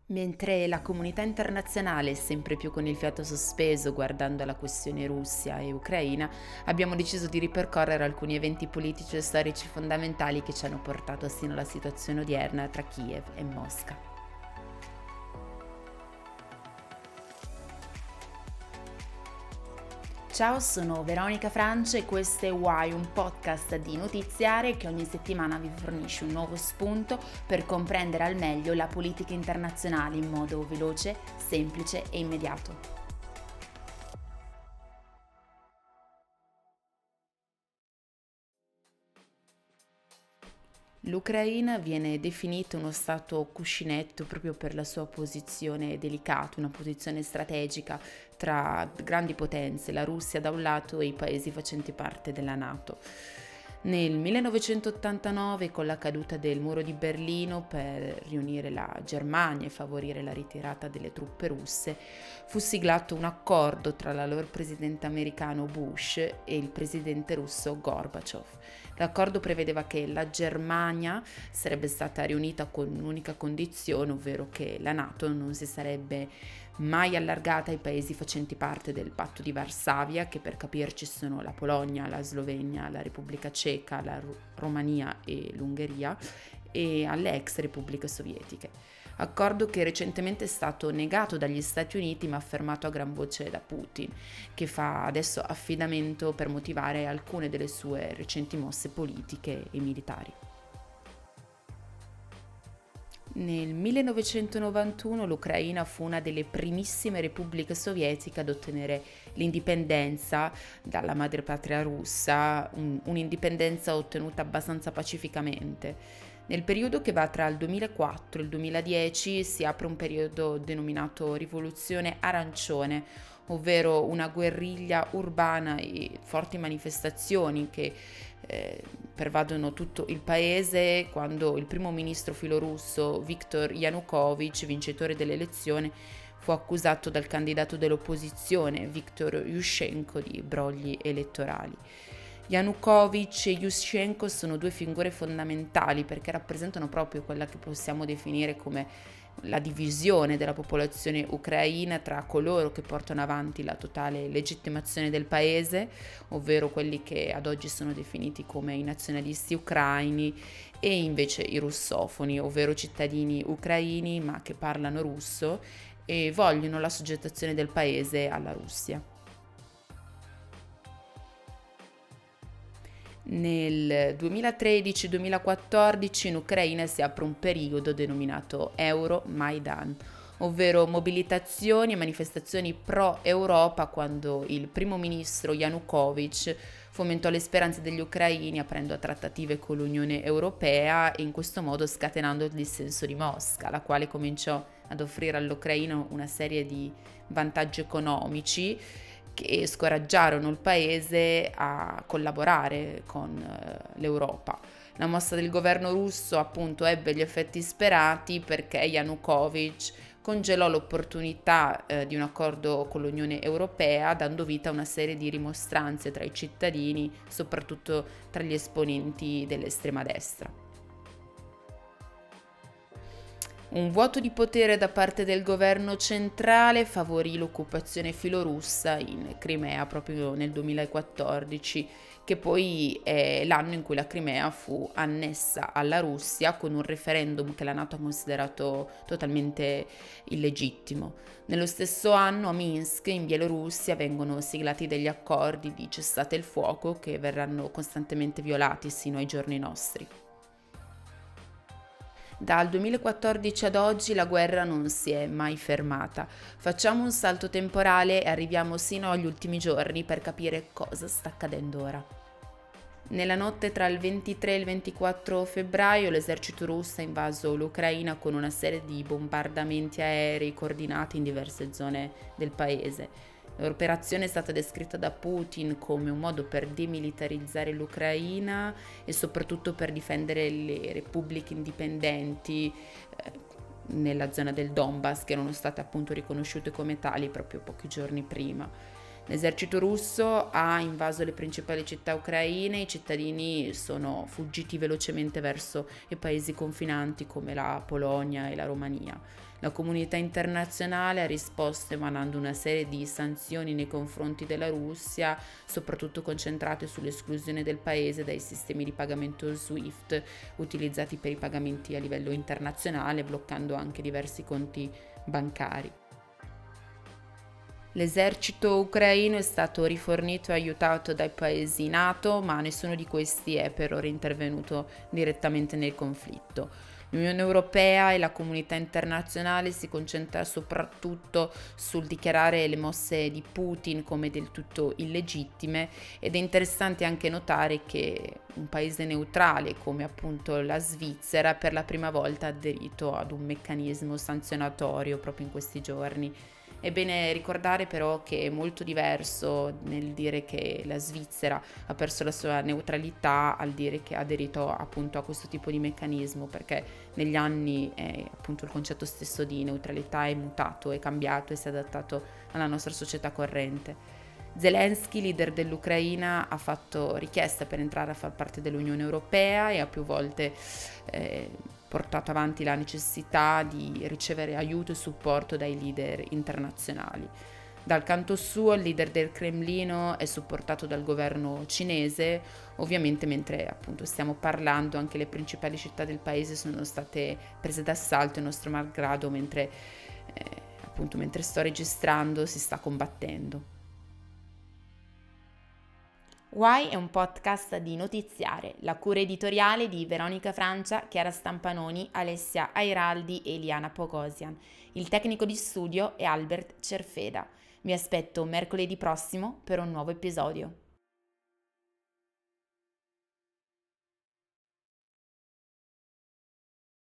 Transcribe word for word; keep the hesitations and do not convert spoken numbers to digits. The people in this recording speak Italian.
Mentre la comunità internazionale è sempre più con il fiato sospeso guardando la questione Russia e Ucraina, abbiamo deciso di ripercorrere alcuni eventi politici e storici fondamentali che ci hanno portato sino alla situazione odierna tra Kiev e Mosca. Ciao, sono Veronica Francia e questo è Why, un podcast di notiziare che ogni settimana vi fornisce un nuovo spunto per comprendere al meglio la politica internazionale in modo veloce, semplice e immediato. L'Ucraina viene definita uno stato cuscinetto proprio per la sua posizione delicata, una posizione strategica tra grandi potenze, la Russia da un lato e i paesi facenti parte della NATO. Nel millenovecentottantanove, con la caduta del muro di Berlino per riunire la Germania e favorire la ritirata delle truppe russe, fu siglato un accordo tra l'allora presidente americano Bush e il presidente russo Gorbaciov. L'accordo prevedeva che la Germania sarebbe stata riunita con un'unica condizione, ovvero che la NATO non si sarebbe mai allargata ai paesi facenti parte del patto di Varsavia, che per capirci sono la Polonia, la Slovenia, la Repubblica Ceca, la Ru- Romania e l'Ungheria, e alle ex repubbliche sovietiche. Accordo che recentemente è stato negato dagli Stati Uniti ma affermato a gran voce da Putin, che fa adesso affidamento per motivare alcune delle sue recenti mosse politiche e militari. Nel millenovecentonovantuno l'Ucraina fu una delle primissime repubbliche sovietiche ad ottenere l'indipendenza dalla madrepatria russa, un, un'indipendenza ottenuta abbastanza pacificamente. Nel periodo che va tra il duemilaquattro e il duemiladieci si apre un periodo denominato Rivoluzione Arancione, ovvero una guerriglia urbana e forti manifestazioni che eh, pervadono tutto il paese quando il primo ministro filorusso Viktor Yanukovych, vincitore delle elezioni, fu accusato dal candidato dell'opposizione Viktor Yushchenko di brogli elettorali. Yanukovych e Yushchenko sono due figure fondamentali perché rappresentano proprio quella che possiamo definire come la divisione della popolazione ucraina tra coloro che portano avanti la totale legittimazione del paese, ovvero quelli che ad oggi sono definiti come i nazionalisti ucraini, e invece i russofoni, ovvero cittadini ucraini ma che parlano russo e vogliono la soggettazione del paese alla Russia. Nel duemilatredici duemilaquattordici in Ucraina si apre un periodo denominato Euromaidan, ovvero mobilitazioni e manifestazioni pro-Europa quando il primo ministro Yanukovych fomentò le speranze degli ucraini aprendo a trattative con l'Unione Europea e in questo modo scatenando il dissenso di Mosca, la quale cominciò ad offrire all'Ucraina una serie di vantaggi economici che scoraggiarono il paese a collaborare con eh, l'Europa. La mossa del governo russo appunto ebbe gli effetti sperati perché Yanukovych congelò l'opportunità eh, di un accordo con l'Unione Europea, dando vita a una serie di rimostranze tra i cittadini, soprattutto tra gli esponenti dell'estrema destra. Un vuoto di potere da parte del governo centrale favorì l'occupazione filorussa in Crimea proprio nel duemilaquattordici, che poi è l'anno in cui la Crimea fu annessa alla Russia con un referendum che la NATO ha considerato totalmente illegittimo. Nello stesso anno a Minsk, in Bielorussia, vengono siglati degli accordi di cessate il fuoco che verranno costantemente violati sino ai giorni nostri. Dal duemilaquattordici ad oggi la guerra non si è mai fermata. Facciamo un salto temporale e arriviamo sino agli ultimi giorni per capire cosa sta accadendo ora. Nella notte tra il ventitré e il ventiquattro febbraio l'esercito russo ha invaso l'Ucraina con una serie di bombardamenti aerei coordinati in diverse zone del paese. L'operazione è stata descritta da Putin come un modo per demilitarizzare l'Ucraina e soprattutto per difendere le repubbliche indipendenti eh, nella zona del Donbass, che erano state appunto riconosciute come tali proprio pochi giorni prima. L'esercito russo ha invaso le principali città ucraine, i cittadini sono fuggiti velocemente verso i paesi confinanti come la Polonia e la Romania. La comunità internazionale ha risposto emanando una serie di sanzioni nei confronti della Russia, soprattutto concentrate sull'esclusione del paese dai sistemi di pagamento SWIFT utilizzati per i pagamenti a livello internazionale, bloccando anche diversi conti bancari. L'esercito ucraino è stato rifornito e aiutato dai paesi NATO, ma nessuno di questi è per ora intervenuto direttamente nel conflitto. L'Unione Europea e la comunità internazionale si concentra soprattutto sul dichiarare le mosse di Putin come del tutto illegittime, ed è interessante anche notare che un paese neutrale come appunto la Svizzera per la prima volta ha aderito ad un meccanismo sanzionatorio proprio in questi giorni. È bene ricordare però che è molto diverso nel dire che la Svizzera ha perso la sua neutralità al dire che ha aderito appunto a questo tipo di meccanismo, perché negli anni eh, appunto il concetto stesso di neutralità è mutato, è cambiato e si è adattato alla nostra società corrente. Zelensky, leader dell'Ucraina, ha fatto richiesta per entrare a far parte dell'Unione Europea e ha più volte eh, portato avanti la necessità di ricevere aiuto e supporto dai leader internazionali. Dal canto suo, il leader del Cremlino è supportato dal governo cinese, ovviamente mentre appunto stiamo parlando anche le principali città del paese sono state prese d'assalto, nostro malgrado, mentre eh, appunto mentre sto registrando si sta combattendo. Why è un podcast di Notiziare, la cura editoriale di Veronica Francia, Chiara Stampanoni, Alessia Airaldi e Eliana Pogosian. Il tecnico di studio è Albert Cerfeda. Vi aspetto mercoledì prossimo per un nuovo episodio.